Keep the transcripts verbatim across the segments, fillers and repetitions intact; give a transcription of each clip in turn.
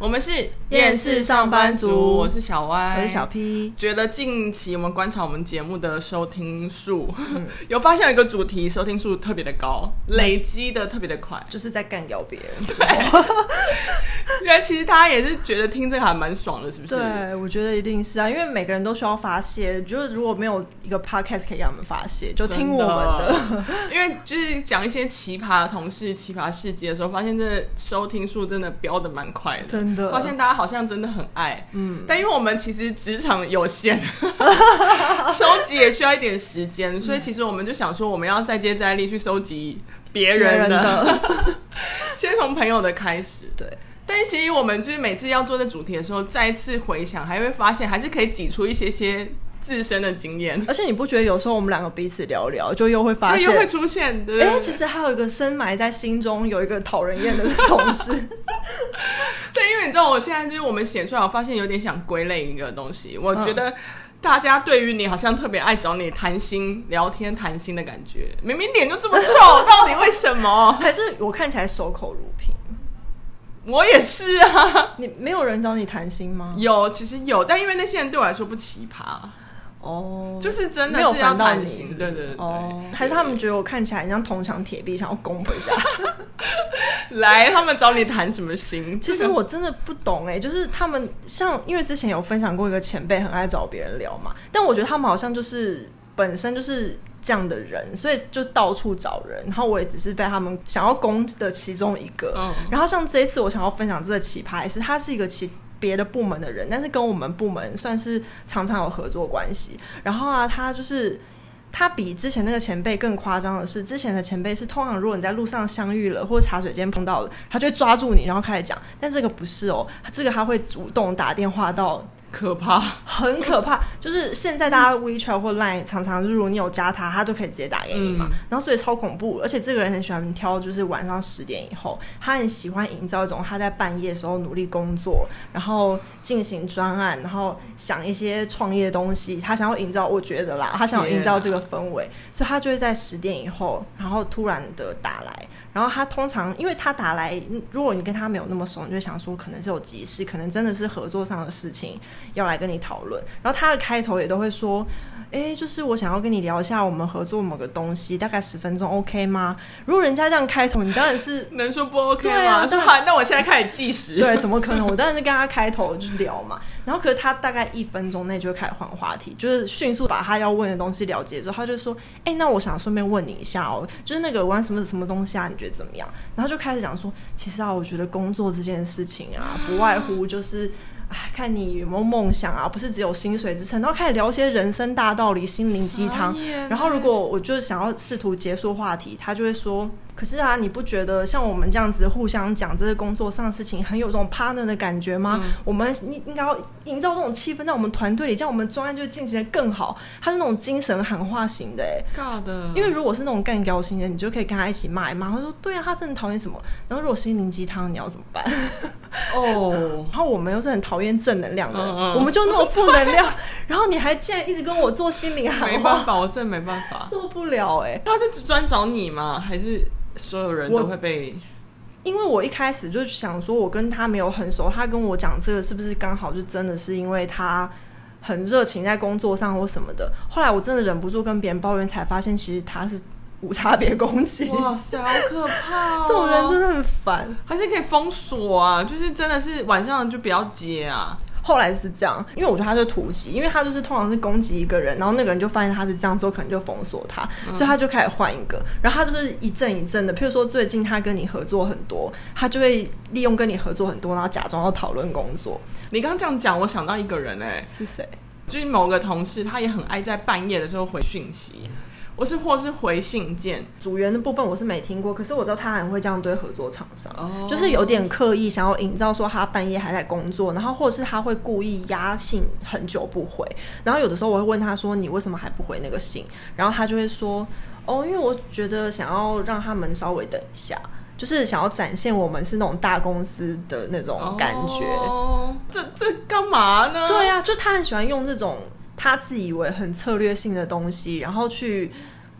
我们是厌世上班族， 我是小歪， 我是小 P。 觉得近期我们观察我们节目的收听数、嗯、有发现有一个主题收听数特别的高、嗯、累积的特别的快， 就是在干掉别人。 对，因为其实大家也是觉得听这个还蛮爽的，是不是？ 对，我觉得一定是啊，因为每个人都需要发泄，就是如果没有一个 podcast 可以让我们发泄，就听我们的。 因为就是讲一些奇葩的同事、奇葩事迹的时候，发现这收听数真的飙得蛮快的， 真的。 发现大家好像真的很爱，嗯，但因为我们其实职场有限，收集也需要一点时间，所以其实我们就想说，我们要再接再厉去收集别人的，人的先从朋友的开始， 对。 但其实我们就是每次要做这主题的时候，再次回想，还会发现还是可以挤出一些些自身的经验。而且你不觉得有时候我们两个彼此聊聊，就又会发现， 又会出现，对， 哎、欸，其实还有一个深埋在心中有一个讨人厌的同事。 对，因为你知道，我现在就是我们写出来，我发现有点想归类一个东西。我觉得大家对于你好像特别爱找你谈心、聊天、谈心的感觉，明明脸就这么臭，到底为什么？ 还是我看起来守口如瓶？ 我也是啊。 你没有人找你谈心吗？ 有，其实有，但因为那些人对我来说不奇葩哦，就是真的是要谈心，对对对、哦、 还是他们觉得我看起来很像铜墙铁壁，想要攻一下。 来，他们找你谈什么心？ 其实我真的不懂哎、欸，就是他们像，因为之前有分享过一个前辈很爱找别人聊嘛，但我觉得他们好像就是本身就是这样的人，所以就到处找人，然后我也只是被他们想要攻的其中一个、嗯、然后像这一次我想要分享这个奇葩，也是他是一个奇别的部门的人，但是跟我们部门算是常常有合作关系。然后啊，他就是他比之前那个前辈更夸张的是，之前的前辈是通常如果你在路上相遇了或者茶水间碰到了，他就会抓住你然后开始讲，但这个不是哦，这个他会主动打电话到， 可怕， 很可怕。就是现在大家 WeChat 或 Line 常常如果你有加他，他都可以直接打给你嘛、嗯、然后所以超恐怖。而且这个人很喜欢挑就是晚上十点以后，他很喜欢营造一种他在半夜的时候努力工作，然后进行专案，然后想一些创业的东西，他想要营造，我觉得啦，他想要营造这个氛围，所以他就会在十点以后然后突然的打来。然后他通常因为他打来，如果你跟他没有那么熟，你就会想说可能是有急事，可能真的是合作上的事情要来跟你讨论。然后他的开头也都会说，哎，就是我想要跟你聊一下我们合作某个东西，大概十分钟 OK 吗？如果人家这样开头，你当然是能说不 OK 吗？啊、说好，那我现在开始计时。 对，怎么可能？我当然是跟他开头就是聊嘛。然后可是他大概一分钟内就会开始换话题，就是迅速把他要问的东西了解之后，他就说，哎，那我想顺便问你一下哦，就是那个玩什么什么东西啊，你觉得怎么样？然后就开始讲说，其实啊，我觉得工作这件事情啊，不外乎就是哎，看你有没有梦想啊，不是只有薪水支撑。然后开始聊一些人生大道理、心灵鸡汤。然后如果我就想要试图结束话题，他就会说，可是啊，你不觉得像我们这样子互相讲这些工作上的事情很有这种 partner 的感觉吗、嗯、我们应该要营造这种气氛在我们团队里，这样我们专案就会进行得更好。他是那种精神喊话型的耶、 欸、God， 因为如果是那种干掉型的，你就可以跟他一起骂一骂，他说对啊，他真的讨厌什么。然后如果心灵鸡汤你要怎么办？哦、oh. 然后我们又是很讨厌正能量的人、uh-uh. 我们就那种负能量然后你还竟然一直跟我做心灵喊话， 没办法，我真的没办法， 受不了哎、欸。 他是专找你吗？还是所有人都会被？ 因为我一开始就想说我跟他没有很熟，他跟我讲这个是不是刚好就真的是因为他很热情在工作上或什么的。后来我真的忍不住跟别人抱怨，才发现其实他是无差别攻击。 哇塞，好可怕、哦、 这种人真的很烦。 还是可以封锁啊，就是真的是晚上就不要接啊。 后来是这样，因为我觉得他是突袭，因为他就是通常是攻击一个人，然后那个人就发现他是这样之后可能就封锁他、嗯、所以他就开始换一个，然后他就是一阵一阵的，譬如说最近他跟你合作很多，他就会利用跟你合作很多，然后假装要讨论工作。 你刚刚这样讲，我想到一个人哎、欸， 是谁？ 就是某个同事，他也很爱在半夜的时候回讯息，我是或是回信件。 组员的部分我是没听过，可是我知道他很会这样对合作厂商、oh. 就是有点刻意想要营造说他半夜还在工作，然后或者是他会故意压信很久不回，然后有的时候我会问他说你为什么还不回那个信，然后他就会说哦，因为我觉得想要让他们稍微等一下，就是想要展现我们是那种大公司的那种感觉。 哦、oh. 这这干嘛呢？ 对啊，就他很喜欢用这种他自以为很策略性的东西，然后去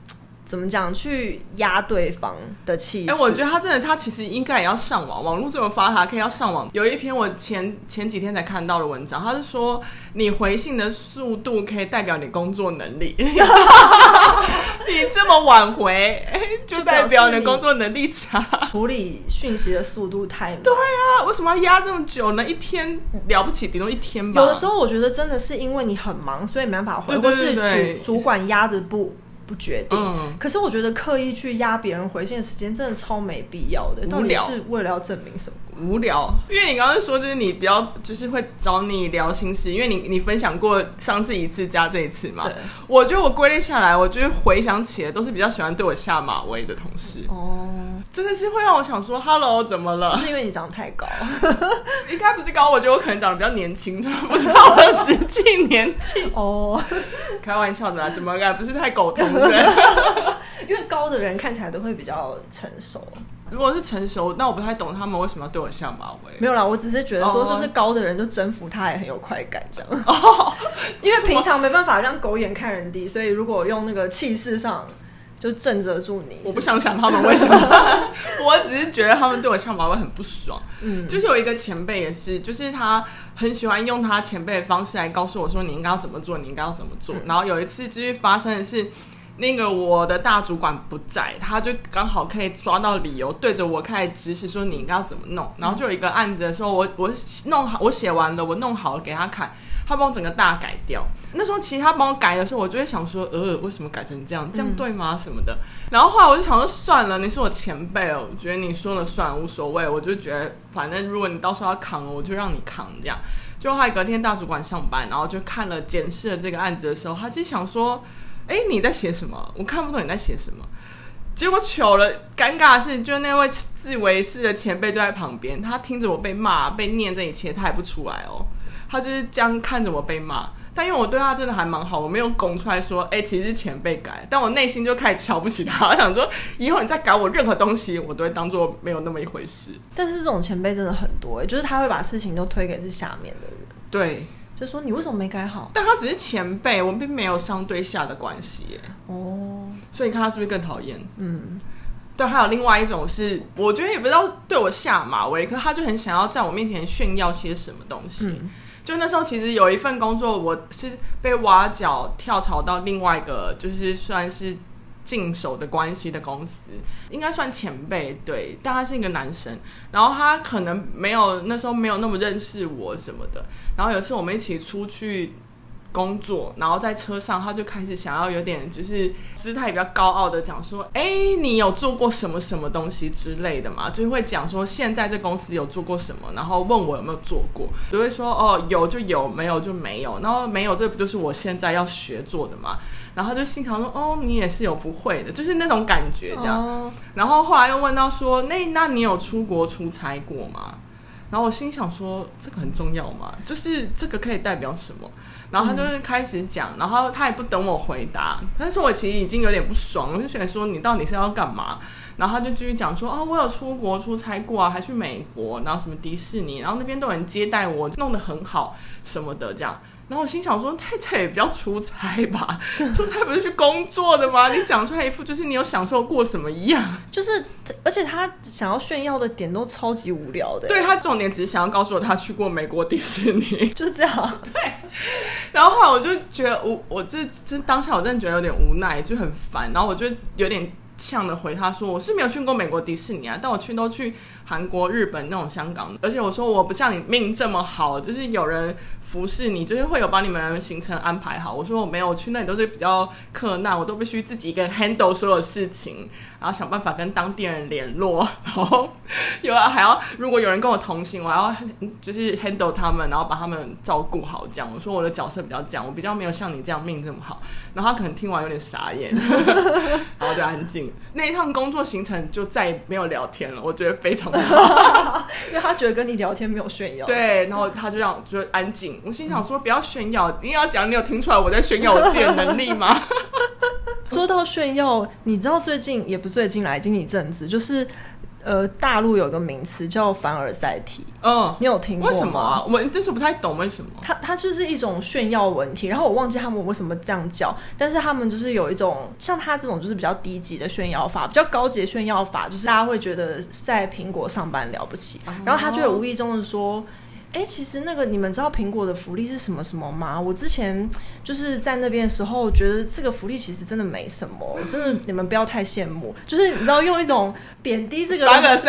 怎么讲去压对方的气势。 哎、欸，我觉得他真的，他其实应该也要上网，网络这么发达，可以要上网。有一篇我前前几天才看到的文章，他是说你回信的速度可以代表你工作能力。你这么晚回，就代表你的工作能力差， 处理讯息的速度太慢。 对啊，为什么要压这么久呢？一天了不起，顶多一天吧。 有的时候我觉得真的是因为你很忙，所以没办法回，对对对对，或是主主管压着不不决定、嗯。可是我觉得刻意去压别人回信的时间，真的超没必要的。到底是为了要证明什么？ 无聊，因为你刚刚说就是你比较就是会找你聊心事，因为你你分享过上次一次加这一次嘛。对，我觉得我归类下来，我觉得回想起来都是比较喜欢对我下马威的同事。哦，真的是会让我想说 ，Hello， 怎么了？ 是不是因为你长得太高？ 应该不是高，我觉得我可能长得比较年轻，不知道我的实际年纪。哦，开玩笑的啦，怎么了？不是太苟同的。 因为高的人看起来都会比较成熟。 如果是成熟，那我不太懂他们为什么要对我下马威。 没有啦，我只是觉得说，是不是高的人就征服他也很有快感这样？哦，因为平常没办法让狗眼看人低，所以如果用那个气势上就震慑住你， 我不想想他们为什么，我只是觉得他们对我下马威很不爽。嗯，就是有一个前辈也是，就是他很喜欢用他前辈的方式来告诉我说你应该要怎么做，你应该要怎么做。嗯、然后有一次就是发生的是。那个我的大主管不在，他就刚好可以抓到理由，对着我开始指使说你应该要怎么弄。然后就有一个案子的时候，我我弄好，我写完了，我弄好了给他看，他帮我整个大改掉。那时候其实他帮我改的时候，我就会想说，呃，为什么改成这样？这样对吗？什么的。然后后来我就想说，算了，你是我前辈了，我觉得你说了算，无所谓。我就觉得，反正如果你到时候要扛，我就让你扛这样。就后来隔天大主管上班，然后就看了检视了这个案子的时候，他其实想说。哎，你在写什么？我看不懂你在写什么。结果糗了，尴尬的是，就那位自为是的前辈就在旁边，他听着我被骂、被念这一切，他也不出来哦。他就是这样看着我被骂。但因为我对他真的还蛮好，我没有拱出来说，哎，其实是前辈改，但我内心就开始瞧不起他，我想说，以后你再改我任何东西，我都会当做没有那么一回事。 但是这种前辈真的很多，就是他会把事情都推给是下面的人。 对。 就说你为什么没改好？ 但他只是前辈，我们并没有上对下的关系耶。哦，所以你看他是不是更讨厌？嗯，对。还有另外一种是，我觉得也不知道对我下马威，可是他就很想要在我面前炫耀些什么东西。嗯，就那时候其实有一份工作，我是被挖角跳槽到另外一个，就是算是。进手的关系的公司应该算前辈，对，但他是一个男生，然后他可能没有那时候没有那么认识我什么的，然后有一次我们一起出去工作，然后在车上他就开始想要有点就是姿态比较高傲的讲说，哎，你有做过什么什么东西之类的嘛，就是会讲说现在这公司有做过什么，然后问我有没有做过，就会说哦有就有，没有就没有，然后没有这不就是我现在要学做的嘛，然后他就心想说哦你也是有不会的，就是那种感觉这样。哦，然后后来又问到说那那你有出国出差过吗？然后我心想说这个很重要吗？就是这个可以代表什么？然后他就是开始讲，然后他也不等我回答，但是我其实已经有点不爽，我就觉得说你到底是要干嘛？然后他就继续讲说，哦，我有出国出差过啊，还去美国，然后什么迪士尼，然后那边都有人接待我，弄得很好什么的这样。然后我心想说，太太也比较出差吧，出差不是去工作的吗？你讲出来一副就是你有享受过什么一样， 就是而且他想要炫耀的点都超级无聊的。 对，他重点只是想要告诉我他去过美国迪士尼， 就是这样。 对。然后后来我就觉得我我这这当下我真的觉得有点无奈，就很烦，然后我就有点呛的回他说，我是没有去过美国迪士尼啊，但我去都去韩国、日本那种香港，而且我说我不像你命这么好，就是有人服侍你，就是会有帮你们行程安排好。我说我没有，我去那里都是比较克难，我都必须自己一个人 handle 所有事情，然后想办法跟当地人联络，然后有还要如果有人跟我同行，我还要就是 handle 他们，然后把他们照顾好这样。我说我的角色比较这样，我比较没有像你这样命这么好。然后他可能听完有点傻眼，然后就安静。那一趟工作行程就再也没有聊天了，我觉得非常好， 因为他觉得跟你聊天没有炫耀。 对，然后他就让就安静。我心想说，不要炫耀，你要讲，你有听出来我在炫耀我自己的能力吗？ 说到炫耀，你知道最近也不最近来，已经一阵子，就是呃，大陆有个名词叫凡尔赛体，嗯，你有听过吗？ 为什么啊？我真是不太懂为什么。 它它就是一种炫耀文体，然后我忘记他们为什么这样叫，但是他们就是有一种像他这种就是比较低级的炫耀法，比较高级的炫耀法，就是大家会觉得在苹果上班了不起，哦、然后他就有无意中的说。哎，其实那个你们知道苹果的福利是什么什么吗？我之前就是在那边的时候，觉得这个福利其实真的没什么，真的你们不要太羡慕。就是你知道用一种贬低这个凡尔赛、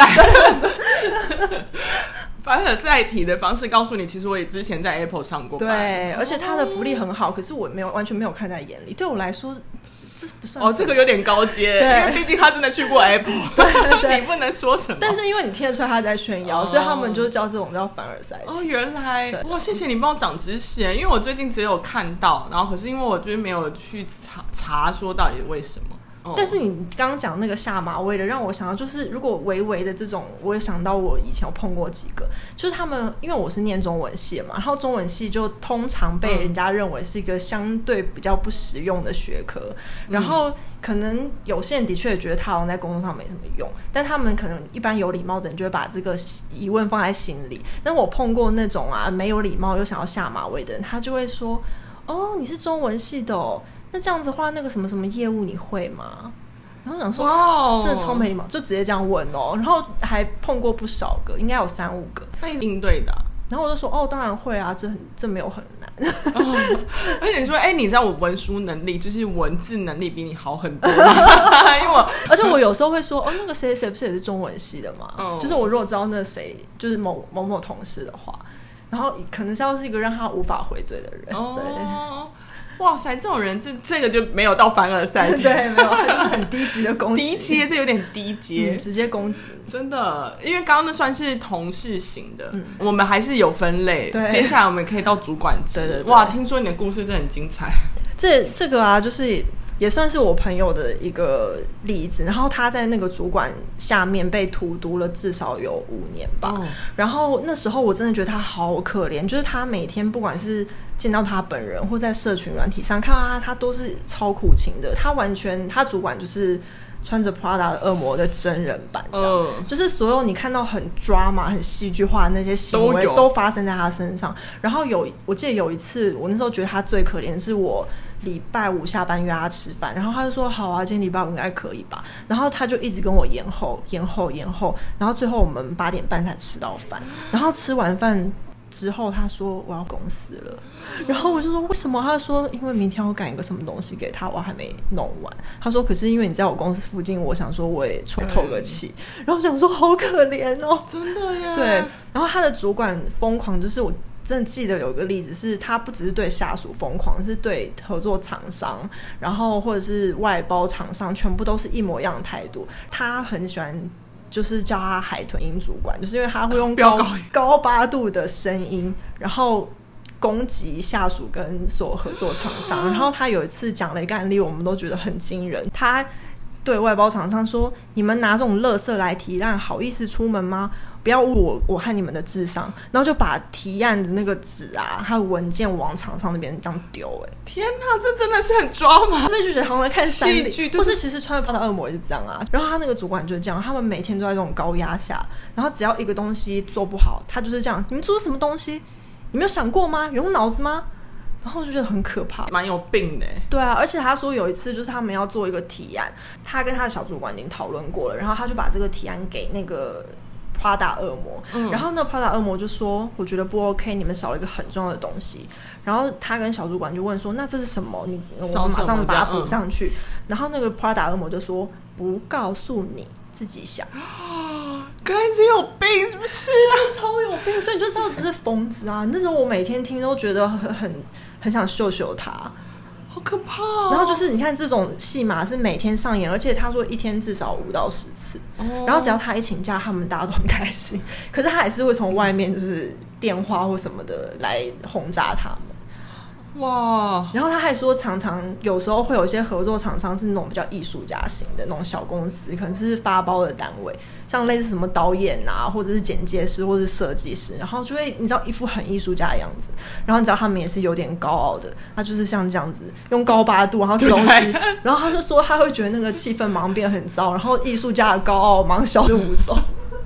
凡尔赛体的方式告诉你，其实我也之前在 Apple 上过班， 对，而且它的福利很好，可是我没有完全没有看在眼里。对我来说。这不算哦，这个有点高阶，因为毕竟他真的去过 Apple， 对对你不能说什么。 但是因为你听得出来他在炫耀，哦、所以他们就叫这种叫凡尔赛。 哦，原来哇，谢谢你帮我长知识，因为我最近只有看到，然后可是因为我就是没有去查查说到底为什么。 但是你刚刚讲那个下马威的，让我想到就是如果微微的这种，我也想到我以前有碰过几个，就是他们因为我是念中文系嘛，然后中文系就通常被人家认为是一个相对比较不实用的学科，嗯、然后可能有些人的确觉得他好像在工作上没什么用，但他们可能一般有礼貌的人就会把这个疑问放在心里。但我碰过那种啊没有礼貌又想要下马威的人，他就会说：“哦，你是中文系的哦。”那这样子的话，那个什么什么业务你会吗？然后想说，哇，真的超没礼貌，就直接这样问哦。然后还碰过不少个，应该有三五个。 那你应对的、啊？ 然后我就说，哦，当然会啊，这很这没有很难。 哦、而且你说，哎、欸，你知道我文书能力，就是文字能力比你好很多吗？因为我， 而且我有时候会说，哦，那个谁谁不是也是中文系的嘛？哦、就是我如果知道那谁就是某某某同事的话，然后可能是要是一个让他无法回嘴的人。哦、对。 哇塞，这种人这这个就没有到凡尔赛， 对，没有，就是很低级的攻击， 低阶，这有点低阶、 嗯，直接攻击， 真的。因为刚刚那算是同事型的，嗯、我们还是有分类。对，接下来我们可以到主管职。对对对，哇，听说你的故事真的很精彩。 这这个啊，就是也算是我朋友的一个例子。然后他在那个主管下面被荼毒了至少有五年吧。嗯、然后那时候我真的觉得他好可怜，就是他每天不管是见到他本人或在社群软体上看到他，他都是超苦情的。他完全，他主管就是穿着 Prada 的恶魔的真人版，这样、呃、就是所有你看到很 drama 很戏剧化的那些行为 都, 都发生在他身上。然后有，我记得有一次，我那时候觉得他最可怜的是我礼拜五下班约他吃饭，然后他就说好啊，今天礼拜五应该可以吧。然后他就一直跟我延后延后延后，然后最后我们八点半才吃到饭。然后吃完饭之后他说我要公司了，然后我就说为什么？他说因为明天要赶一个什么东西给他，我还没弄完。他说可是因为你在我公司附近，我想说我也出来透个气。然后我想说好可怜哦， 真的呀。 对，然后他的主管疯狂，就是我真的记得有一个例子是他不只是对下属疯狂，是对合作厂商然后或者是外包厂商全部都是一模一样的态度。他很喜欢就是叫他海豚音主管，就是因为他会用 高, 高八度的声音然后攻击下属跟所有合作厂商。然后他有一次讲了一个案例，我们都觉得很惊人。他对外包厂商说，你们拿这种垃圾来提案好意思出门吗？不要误我我和你们的智商。然后就把提案的那个纸啊还有文件往厂商那边这样丢。哎， 天哪，这真的是很抓马， 所以就觉得好像在看戏剧，或是其实穿越八的恶魔也是这样啊。然后他那个主管就是这样，他们每天都在这种高压下，然后只要一个东西做不好，他就是这样，你们做什么东西你没有想过吗？有用脑子吗？然后就觉得很可怕， 蛮有病的。 对啊，而且他说有一次就是他们要做一个提案，他跟他的小主管已经讨论过了，然后他就把这个提案给那个 Prada 恶魔、嗯、然后那 Prada 恶魔就说我觉得不 OK， 你们少了一个很重要的东西。然后他跟小主管就问说那这是什么？你我们马上把它补上去、嗯、然后那个 Prada 恶魔就说不告诉你，自己想。 刚才只有病是不是啊？ 超有病，所以你就知道这是疯子啊！那时候我每天听都觉得很很很想秀秀他， 好可怕、哦。 然后就是你看这种戏码是每天上演，而且他说一天至少五到十次、哦、然后只要他一请假，他们大家都很开心。可是他还是会从外面就是电话或什么的来轰炸他们。 哇！ 然后他还说，常常有时候会有一些合作厂商是那种比较艺术家型的那种小公司，可能是发包的单位，像类似什么导演啊，或者是剪接师，或者是设计师，然后就会你知道一副很艺术家的样子，然后你知道他们也是有点高傲的，他就是像这样子用高八度，然后这东西，然后他就说他会觉得那个气氛马上变得很糟，然后艺术家的高傲马上消失无踪。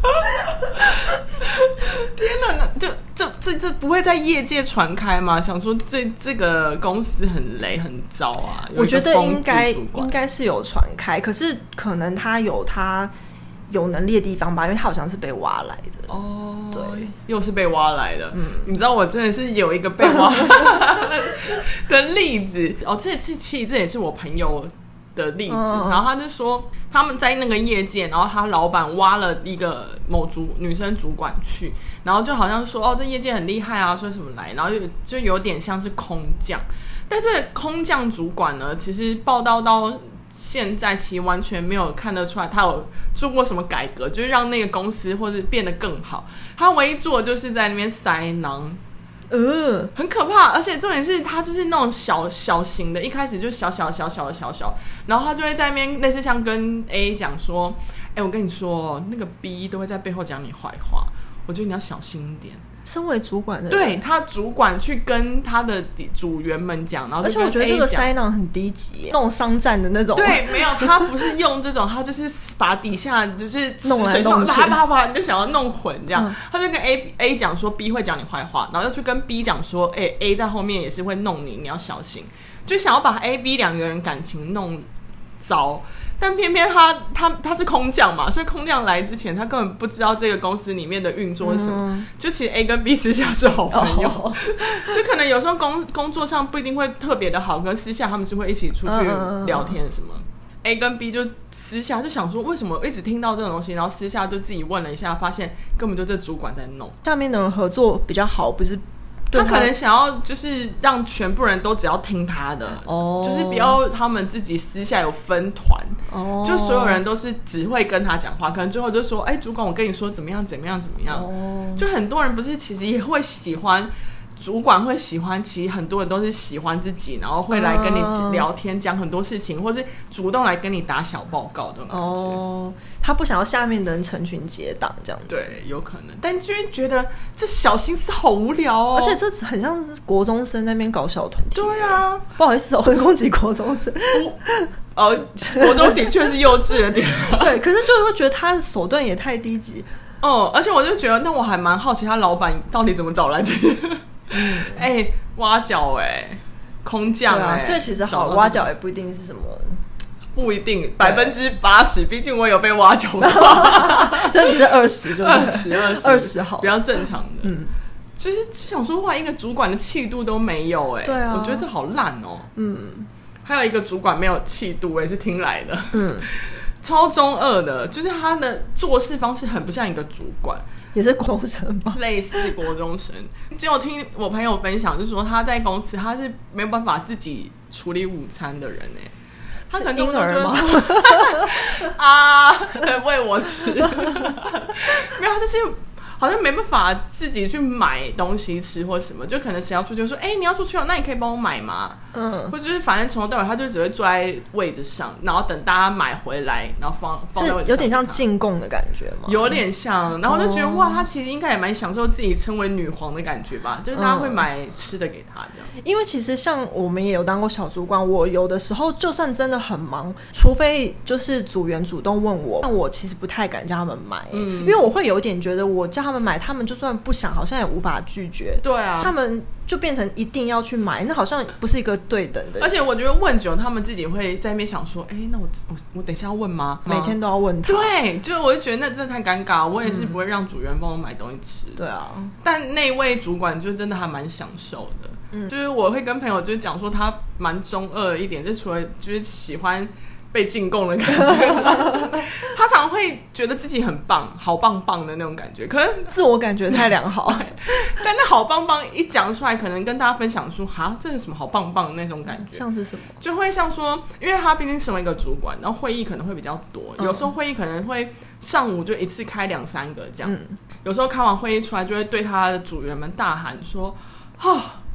天哪，这这这这不会在业界传开吗？想说这这个公司很雷很糟啊。 我觉得应该应该是有传开，可是可能他有他有能力的地方吧，因为他好像是被挖来的。 哦， 对， 又是被挖来的。嗯，你知道我真的是有一个被挖的例子哦，这其实这也是我朋友的例子，然后他就说他们在那个业界，然后他老板挖了一个某主女生主管去，然后就好像说哦这业界很厉害啊，说什么来，然后就就有点像是空降，但这空降主管呢，其实报道到现在其实完全没有看得出来他有做过什么改革，就是让那个公司或者变得更好，他唯一做的就是在那边塞囊。呃，很可怕，而且重点是他就是那种小小型的，一开始就小小小小的小小，然后他就会在那边类似像跟 A 讲说，哎、欸，我跟你说，那个 B 都会在背后讲你坏话，我觉得你要小心一点。 身为主管的人， 对他主管去跟他的组员们讲，然后就跟 A 讲，而且我觉得这个塞囊很低级，那种商战的那种。 对，没有，他不是用这种，他就是把底下就是弄来弄去， 啪啪啪，你就想要弄混这样。嗯、他就跟 A A 讲说 B 会讲你坏话，然后又去跟 B 讲说，哎、欸、A 在后面也是会弄你，你要小心，就想要把 A、B 两个人感情弄糟。但偏偏他他他是空降嘛，所以空降来之前，他根本不知道这个公司里面的运作是什么。嗯、就其实 A 跟 B 私下是好朋友，哦、就可能有时候工工作上不一定会特别的好，可是私下他们是会一起出去聊天什么。嗯、A 跟 B 就私下就想说，为什么我一直听到这种东西，然后私下就自己问了一下，发现根本就这主管在弄。 下面的人合作比较好，不是？ 他可能想要就是让全部人都只要听他的，哦，就是不要他们自己私下有分团，哦，就所有人都是只会跟他讲话，可能最后就说，哎、欸，主管，我跟你说怎么样怎么样怎么样，哦，就很多人不是其实也会喜欢。主管会喜欢，其实很多人都是喜欢自己，然后会来跟你聊天，讲、嗯、很多事情，或是主动来跟你打小报告的感觉。哦， 他不想要下面的人成群结党这样子。 对，有可能，但就是觉得这小心思好无聊哦， 而且这很像是国中生在那边搞小团体。 对啊， 不好意思，我会攻击国中生。 哦，国中的确是幼稚了点。 对，可是就会觉得他的手段也太低级。 哦，而且我就觉得，那我还蛮好奇他老板到底怎么找来这些。哎、欸，挖角哎、欸，空降哎、欸啊， 所以其实好挖角也不一定是什么， 不一定百分之八十，毕竟我有被挖角过， 就你是二十， 二十二十二十好， 比较正常的。嗯，就是想说哇，一个主管的气度都没有哎、欸， 对啊， 我觉得这好烂哦、喔。嗯，还有一个主管没有气度，我也是听来的。嗯。超中二的，就是他的做事方式很不像一个主管， 也是国中生吗？ 类似国中生。结果听我朋友分享，就是说他在公司他是没有办法自己处理午餐的人哎、欸，他可能婴儿吗？ 啊，喂我吃，没有，他就是。好像没办法自己去买东西吃或什么，就可能谁要出去就说，哎、欸，你要出去哦，那你可以帮我买吗？嗯，或者就是反正从头到尾他就只会坐在位置上，然后等大家买回来，然后放放在位置上， 有点像进贡的感觉吗？ 有点像，然后就觉得、哦、哇，他其实应该也蛮享受自己称为女皇的感觉吧，就是大家会买吃的给他这样、嗯。 因为其实像我们也有当过小主管，我有的时候就算真的很忙，除非就是组员主动问我，但我其实不太敢叫他们买、欸嗯，因为我会有点觉得我叫他们买，他们就算不想，好像也无法拒绝。 对啊， 他们就变成一定要去买，那好像不是一个对等的。 而且我觉得问久，他们自己会在那边想说，哎、欸，那我我我等一下要问吗？ 每天都要问他。 对，就我就觉得那真的太尴尬，我也是不会让主人帮我买东西吃。 嗯、对啊， 但那位主管就真的还蛮享受的。嗯，就是我会跟朋友就是讲说他蛮中二的一点，就除了就是喜欢被进贡的感觉，他常会觉得自己很棒，好棒棒的那种感觉，可能自我感觉太良好。 但那好棒棒一讲出来，可能跟大家分享说，哈，这是什么好棒棒的那种感觉， 像是什么， 就会像说，因为他毕竟身为一个主管，然后会议可能会比较多，嗯、有时候会议可能会上午就一次开两三个这样，嗯、有时候开完会议出来，就会对他的组员们大喊说，哦。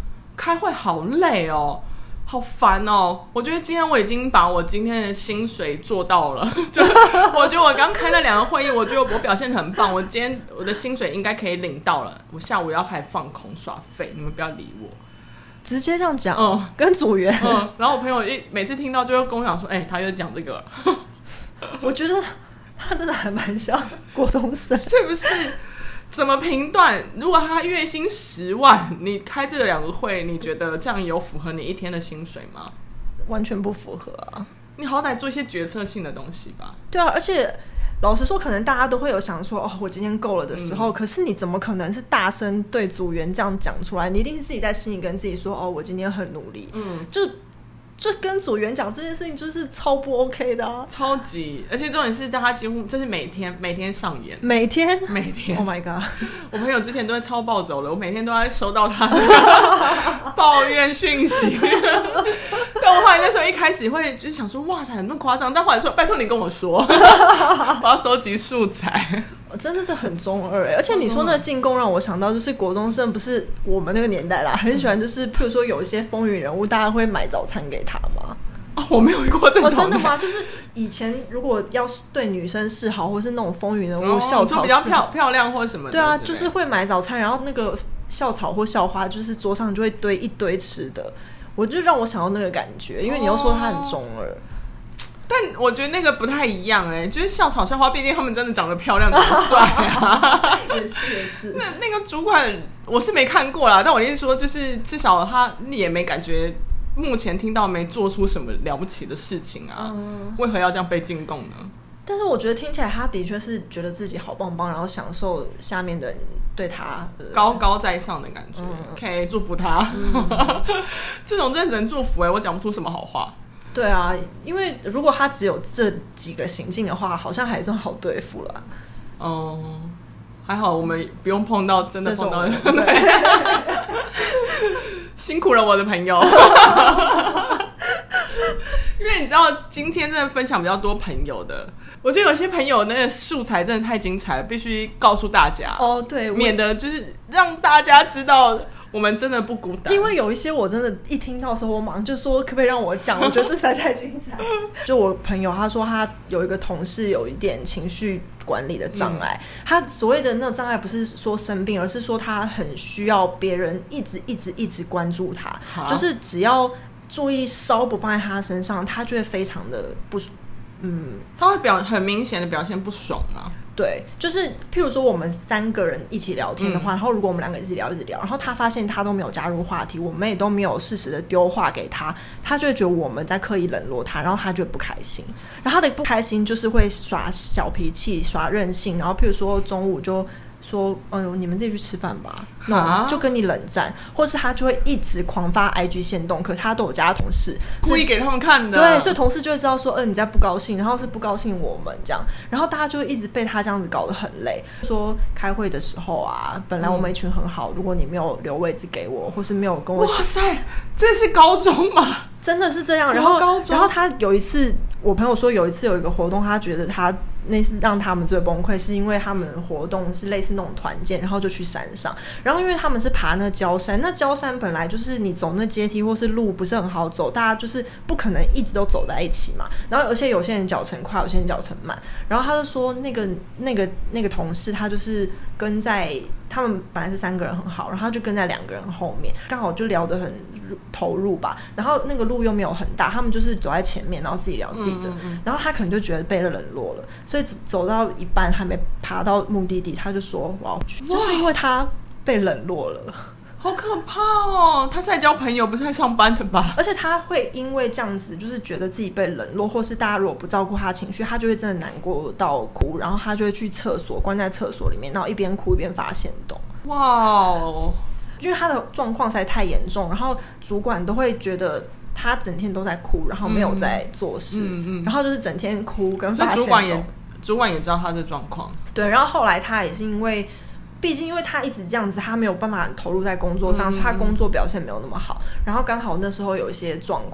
开会好累哦，好烦哦！我觉得今天我已经把我今天的薪水做到了，就我觉得我刚开那两个会议，我觉得我表现得很棒，我今天我的薪水应该可以领到了，我下午要开始放空耍废，你们不要理我。 直接这样讲，嗯，跟组员， 嗯，然后我朋友一每次听到就会跟我讲说，哎、欸，他又讲这个， 我觉得他真的还蛮像国中生， 是不是？怎么评断？如果他月薪十万，你开这两个会，你觉得这样有符合你一天的薪水吗？ 完全不符合啊！ 你好歹做一些决策性的东西吧。 对啊，而且老实说，可能大家都会有想说，哦，我今天够了的时候，嗯、可是你怎么可能是大声对组员这样讲出来？你一定是自己在心里跟自己说，哦，我今天很努力，嗯，就。就跟组员讲这件事情就是超不 OK 的啊， 超级，而且重点是他几乎这是每天每天上演， 每天每天 ，Oh my god！ 我朋友之前都会超暴走了，我每天都在收到他的抱怨讯息。但我后来那时候一开始会就是想说，哇塞，那么夸张，但后来说拜托你跟我说，我要收集素材。 真的是很中二、欸、而且你说那个进攻让我想到就是国中生不是我们那个年代啦，很喜欢就是譬如说有一些风云人物大家会买早餐给他吗？ 哦，我没有遇过这种、欸哦、 真的吗？就是以前如果要是对女生示好或是那种风云人物、哦、校草比较 漂, 漂亮或什么的， 对啊，就是会买早餐，然后那个校草或校花就是桌上就会堆一堆吃的，我就让我想到那个感觉，因为你又说他很中二、哦， 但我觉得那个不太一样哎、欸，就是校草校花，毕竟他们真的长得漂亮、长得帅啊。 也是也是。那那个主管我是没看过啦，但我意思说，就是至少他也没感觉，目前听到没做出什么了不起的事情啊，嗯、为何要这样被进贡呢？ 但是我觉得听起来他的确是觉得自己好棒棒，然后享受下面的人对他高高在上的感觉。嗯、OK， 祝福他。嗯、这种真的只能祝福哎、欸，我讲不出什么好话。 对啊，因为如果他只有这几个行径的话，好像还算好对付了。 哦、嗯，还好我们不用碰到真的碰到， 对， 辛苦了我的朋友。因为你知道今天真的分享比较多朋友的，我觉得有些朋友那个素材真的太精彩了，必须告诉大家哦，对， 免得就是让大家知道。我们真的不孤单， 因为有一些我真的一听到的时候，我马上就说可不可以让我讲？我觉得这实在太精彩。就我朋友他说他有一个同事有一点情绪管理的障碍，嗯、他所谓的那个障碍不是说生病，而是说他很需要别人一直一直一直关注他，就是只要注意力稍不放在他身上，他就会非常的不嗯， 他会表很明显的表现不爽啊。 对，就是譬如说我们三个人一起聊天的话、嗯、然后如果我们两个一直聊一直聊，然后他发现他都没有加入话题，我们也都没有适时的丢话给他，他就会觉得我们在刻意冷落他，然后他就会不开心，然后他的不开心就是会耍小脾气耍任性，然后譬如说中午就说哎呦你们自己去吃饭吧，那就跟你冷战，或是他就会一直狂发 I G 限动，可他都有加同事故意给他们看的， 对，所以同事就会知道说呃你在不高兴，然后是不高兴我们这样，然后大家就会一直被他这样子搞得很累，说开会的时候啊本来我们一群很好、嗯、如果你没有留位置给我或是没有跟我， 哇塞这是高中吗？ 真的是这样，然后然后他有一次我朋友说有一次有一个活动，他觉得他那次让他们最崩溃是因为他们活动是类似那种团建，然后就去山上，然后因为他们是爬那郊山，那郊山本来就是你走那阶梯或是路不是很好走，大家就是不可能一直都走在一起嘛，然后而且有些人脚程快有些人脚程慢，然后他就说那个那个那个同事他就是跟在他们本来是三个人很好，然后他就跟在两个人后面，刚好就聊得很投入吧，然后那个路又没有很大，他们就是走在前面然后自己聊自己的、嗯嗯嗯、然后他可能就觉得被冷落了，所以走到一半还没爬到目的地他就说我要去，就是因为他被冷落了， 好可怕哦，他是在交朋友不是在上班的吧？ 而且他会因为这样子就是觉得自己被冷落，或是大家如果不照顾他的情绪，他就会真的难过到哭，然后他就会去厕所关在厕所里面，然后一边哭一边发现动。哇哦，因为他的状况实在太严重，然后主管都会觉得他整天都在哭，然后没有在做事、嗯嗯嗯、然后就是整天哭跟发现动，所以主管也主管也知道他的状况。 对，然后后来他也是因为毕竟因为他一直这样子，他没有办法投入在工作上、嗯、他工作表现没有那么好，然后刚好那时候有一些状况，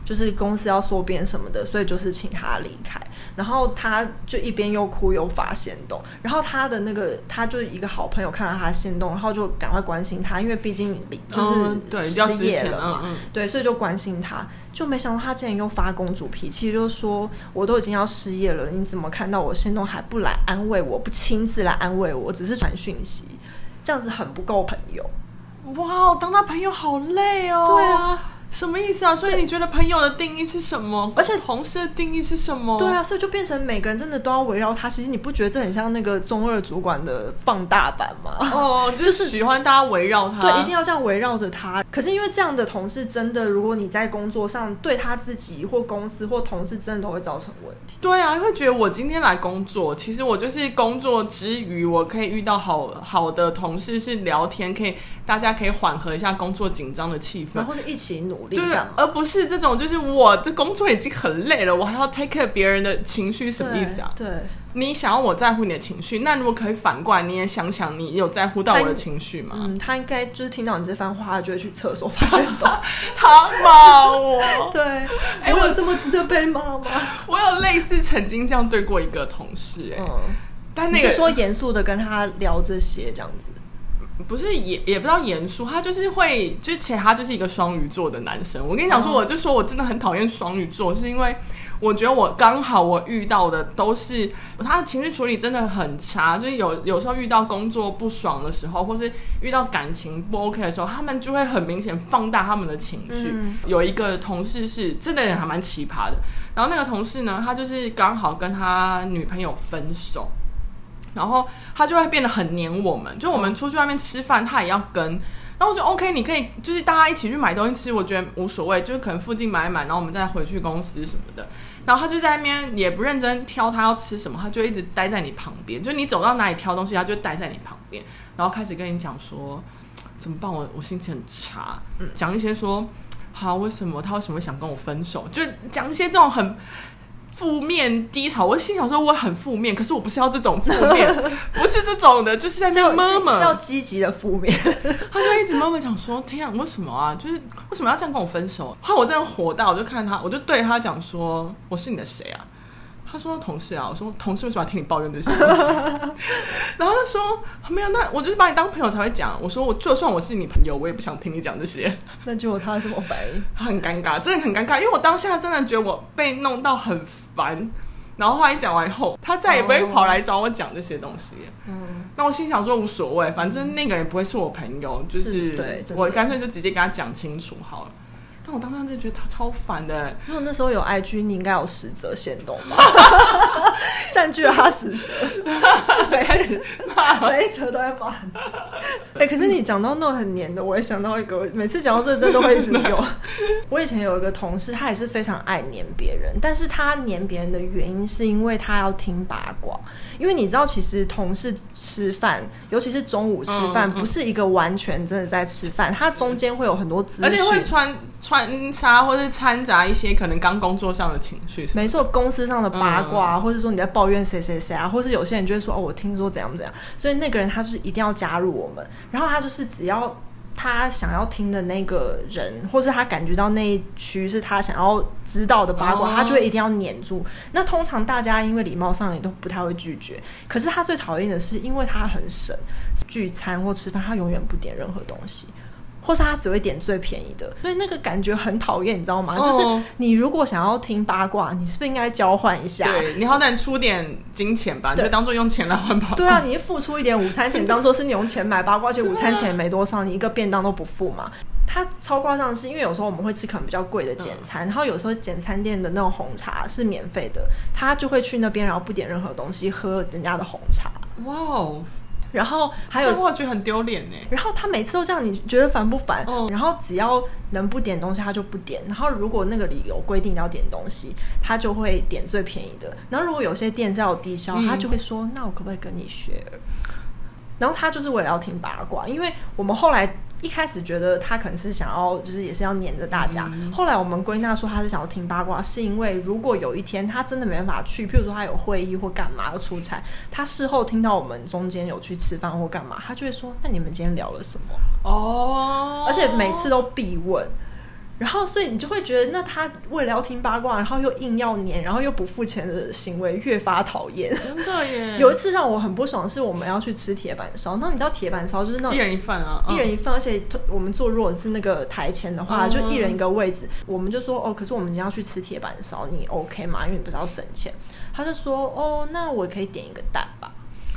就是公司要缩编什么的，所以就是请他离开。然后他就一边又哭又发限动，然后他的那个他就一个好朋友看到他限动，然后就赶快关心他，因为毕竟就是失业了嘛、嗯嗯、对，所以就关心他。就没想到他竟然又发公主脾气，就是说我都已经要失业了，你怎么看到我限动还不来安慰我，不亲自来安慰我，只是传讯息，这样子很不够朋友。 哇，当他朋友好累哦。 对啊， 什么意思啊？所以你觉得朋友的定义是什么？ 而且同事的定义是什么？ 对啊，所以就变成每个人真的都要围绕他。其实你不觉得这很像那个中二主管的放大版吗？ 哦，就是喜欢大家围绕他， 对，一定要这样围绕着他。可是因为这样的同事真的，如果你在工作上对他自己或公司或同事真的都会造成问题。 对啊，会觉得我今天来工作，其实我就是工作之余，我可以遇到好好的同事，是聊天，可以大家可以缓和一下工作紧张的气氛， 然后是一起努力干嘛， 而不是这种就是我的工作已经很累了，我还要 take care 别人的情绪，什么意思啊？ 对，对， 你想要我在乎你的情绪，那如果可以反过来，你也想想你有在乎到我的情绪吗？ 嗯，他应该就是听到你这番话，他就会去厕所发现到他骂我。 对，哎、欸，我有这么值得被骂吗？ 我有类似曾经这样对过一个同事、欸，哎、嗯，但那个你是说严肃的跟他聊这些这样子？ 不是也也不知道严肃，他就是会，就且他就是一个双鱼座的男生。我跟你讲说，我就说我真的很讨厌双鱼座，是因为我觉得我刚好我遇到的都是他的情绪处理真的很差，就是有有时候遇到工作不爽的时候，或是遇到感情不 OK 的时候，他们就会很明显放大他们的情绪。嗯、有一个同事是真的还蛮奇葩的，然后那个同事呢，他就是刚好跟他女朋友分手。然后他就会变得很黏我们，就我们出去外面吃饭他也要跟，然后我就 OK， 你可以就是大家一起去买东西吃，我觉得无所谓，就是可能附近买一买，然后我们再回去公司什么的。然后他就在那边也不认真挑他要吃什么，他就一直待在你旁边，就你走到哪里挑东西他就待在你旁边，然后开始跟你讲说怎么办，我我心情很差，讲一些说好为什么他为什么想跟我分手，就讲一些这种很负面低潮。我心想说我很负面，可是我不是要这种负面，不是这种的，就是在那边妈妈是要积极的负面。 他就一直妈妈讲说天啊为什么啊，就是为什么要这样跟我分手。后来我真的火大，我就看他，我就对他讲说我是你的谁啊？他说同事啊。我说同事为什么要听你抱怨这些东西？然后他说没有，那我就是把你当朋友才会讲。我说我就算我是你朋友，我也不想听你讲这些。 那结果他什么反应？ 他很尴尬，真的很尴尬，因为我当下真的觉得我被弄到很烦。然后后来讲完以后，他再也不会跑来找我讲这些东西。嗯，那我心想说无所谓，反正那个人不会是我朋友，就是我干脆就直接跟他讲清楚好了。但我当时就觉得他超烦的。如果那时候有 I G， 你应该有十则限动吧？占据了他十则， 开始骂， 每一则都在骂。哎、欸，可是你讲到那种很黏的，我也想到一个，每次讲到这真的都会一直有。我以前有一个同事，他也是非常爱黏别人，但是他黏别人的原因是因为他要听八卦。因为你知道，其实同事吃饭，尤其是中午吃饭、嗯嗯，不是一个完全真的在吃饭，它中间会有很多资讯， 而且会穿穿插或是掺杂一些可能刚工作上的情绪。 没错，公司上的八卦、嗯，或者说你在抱怨谁谁谁啊，或是有些人就会说哦，我听说怎样怎样，所以那个人他就是一定要加入我们，然后他就是只要他想要听的那个人，或是他感觉到那一区是他想要知道的八卦、哦、他就会一定要黏住。那通常大家因为礼貌上也都不太会拒绝，可是他最讨厌的是因为他很省，聚餐或吃饭他永远不点任何东西，或是他只会点最便宜的，所以那个感觉很讨厌，你知道吗、哦、就是你如果想要听八卦，你是不是应该交换一下？ 对，你好歹出点金钱吧，你就当做用钱来换八卦。 对啊，你付出一点午餐钱当做是你用钱买八卦，而且午餐钱没多少，你一个便当都不付嘛。他超夸张的是，因为有时候我们会吃可能比较贵的简餐、嗯、然后有时候简餐店的那种红茶是免费的，他就会去那边然后不点任何东西，喝人家的红茶。 哇哦， 然后还有我觉得很丢脸耶。 然后他每次都这样，你觉得烦不烦、哦、然后只要能不点东西他就不点，然后如果那个理由规定要点东西，他就会点最便宜的。然后如果有些店是要有低消、嗯、他就会说那我可不可以跟你 share。 然后他就是为了要听八卦，因为我们后来一开始觉得他可能是想要就是也是要黏着大家、嗯、后来我们归纳说他是想要听八卦，是因为如果有一天他真的没办法去，譬如说他有会议或干嘛要出差，他事后听到我们中间有去吃饭或干嘛，他就会说那你们今天聊了什么哦，而且每次都必问。 然后所以你就会觉得那他为了要听八卦然后又硬要黏然后又不付钱的行为越发讨厌。 真的耶。 有一次让我很不爽是我们要去吃铁板烧，那你知道铁板烧就是那种一人一份啊、嗯、 一人一份，而且我们坐如果是那个台前的话、嗯、就一人一个位置，我们就说哦可是我们今天要去吃铁板烧你 OK 吗？因为你不是要省钱。他就说哦那我可以点一个蛋吧。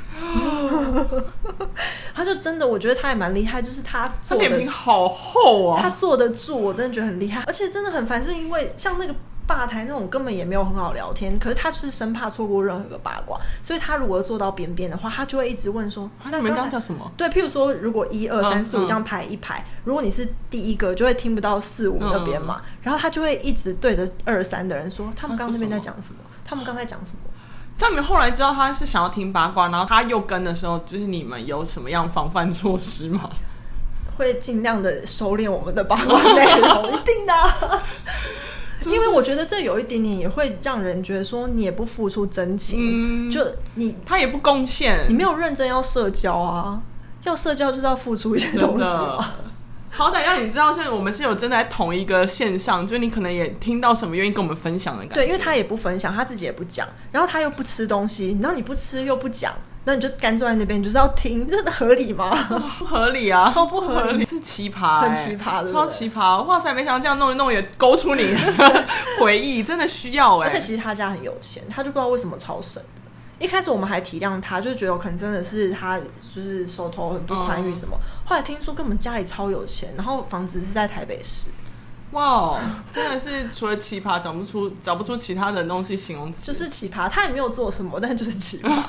他就真的我觉得他也蛮厉害，就是他做的他脸皮好厚啊， 他坐得住，我真的觉得很厉害。而且真的很烦是因为像那个吧台那种根本也没有很好聊天，可是他就是生怕错过任何一个八卦，所以他如果坐到边边的话他就会一直问说那你们刚刚叫什么。 对，譬如说如果一二三四五这样排一排、嗯嗯、如果你是第一个就会听不到四五那边嘛、嗯、然后他就会一直对着二三的人说他们刚刚那边在讲什么，他们刚才讲什么。 他们后来知道他是想要听八卦，然后他又跟的时候，就是你们有什么样防范措施吗？ 会尽量的收敛我们的八卦内容，一定的、啊。因为我觉得这有一点点也会让人觉得说你也不付出真情、嗯、就你他也不贡献， 你没有认真要社交啊，要社交就是要付出一些东西嘛。 好歹让你知道像我们是有真的在同一个线上，就是你可能也听到什么愿意跟我们分享的感觉。 对，因为他也不分享，他自己也不讲，然后他又不吃东西，然后你不吃又不讲，那你就干坐在那边，你就是要听，这合理吗？ 不合理啊， 超不合理， 是奇葩、欸， 很奇葩的， 超奇葩！哇塞，没想到这样弄一弄也勾出你的回忆，真的需要哎、欸。 而且其实他家很有钱，他就不知道为什么超省。一开始我们还体谅他，就觉得可能真的是他就是手头很不宽裕什么、嗯、后来听说根本家里超有钱，然后房子是在台北市。 哇，真的是除了奇葩找不出找不出其他的东西形容词， 就是奇葩。他也没有做什么，但就是奇葩。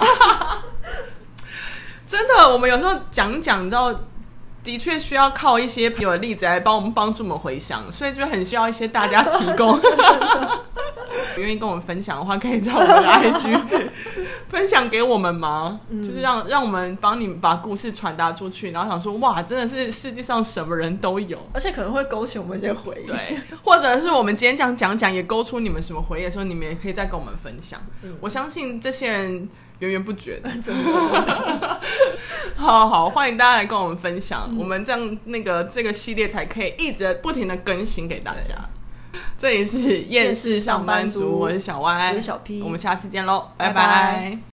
真的，我们有时候讲讲你知道的确需要靠一些朋友的例子来帮我们帮助我们回想，所以就很需要一些大家提供愿意跟我们分享的话可以在我们的 I G 分享给我们吗、嗯、就是让让我们帮你们把故事传达出去，然后想说哇真的是世界上什么人都有， 而且可能会勾起我们一些回忆。 对，或者是我们今天讲讲讲也勾出你们什么回忆的时候，你们也可以再跟我们分享、嗯、我相信这些人源源不绝的真的好好欢迎大家来跟我们分享、嗯、我们这样那个这个系列才可以一直不停的更新给大家。这里是厌世上班族，我是小歪， 我是小 P， 我们下次见咯，拜拜。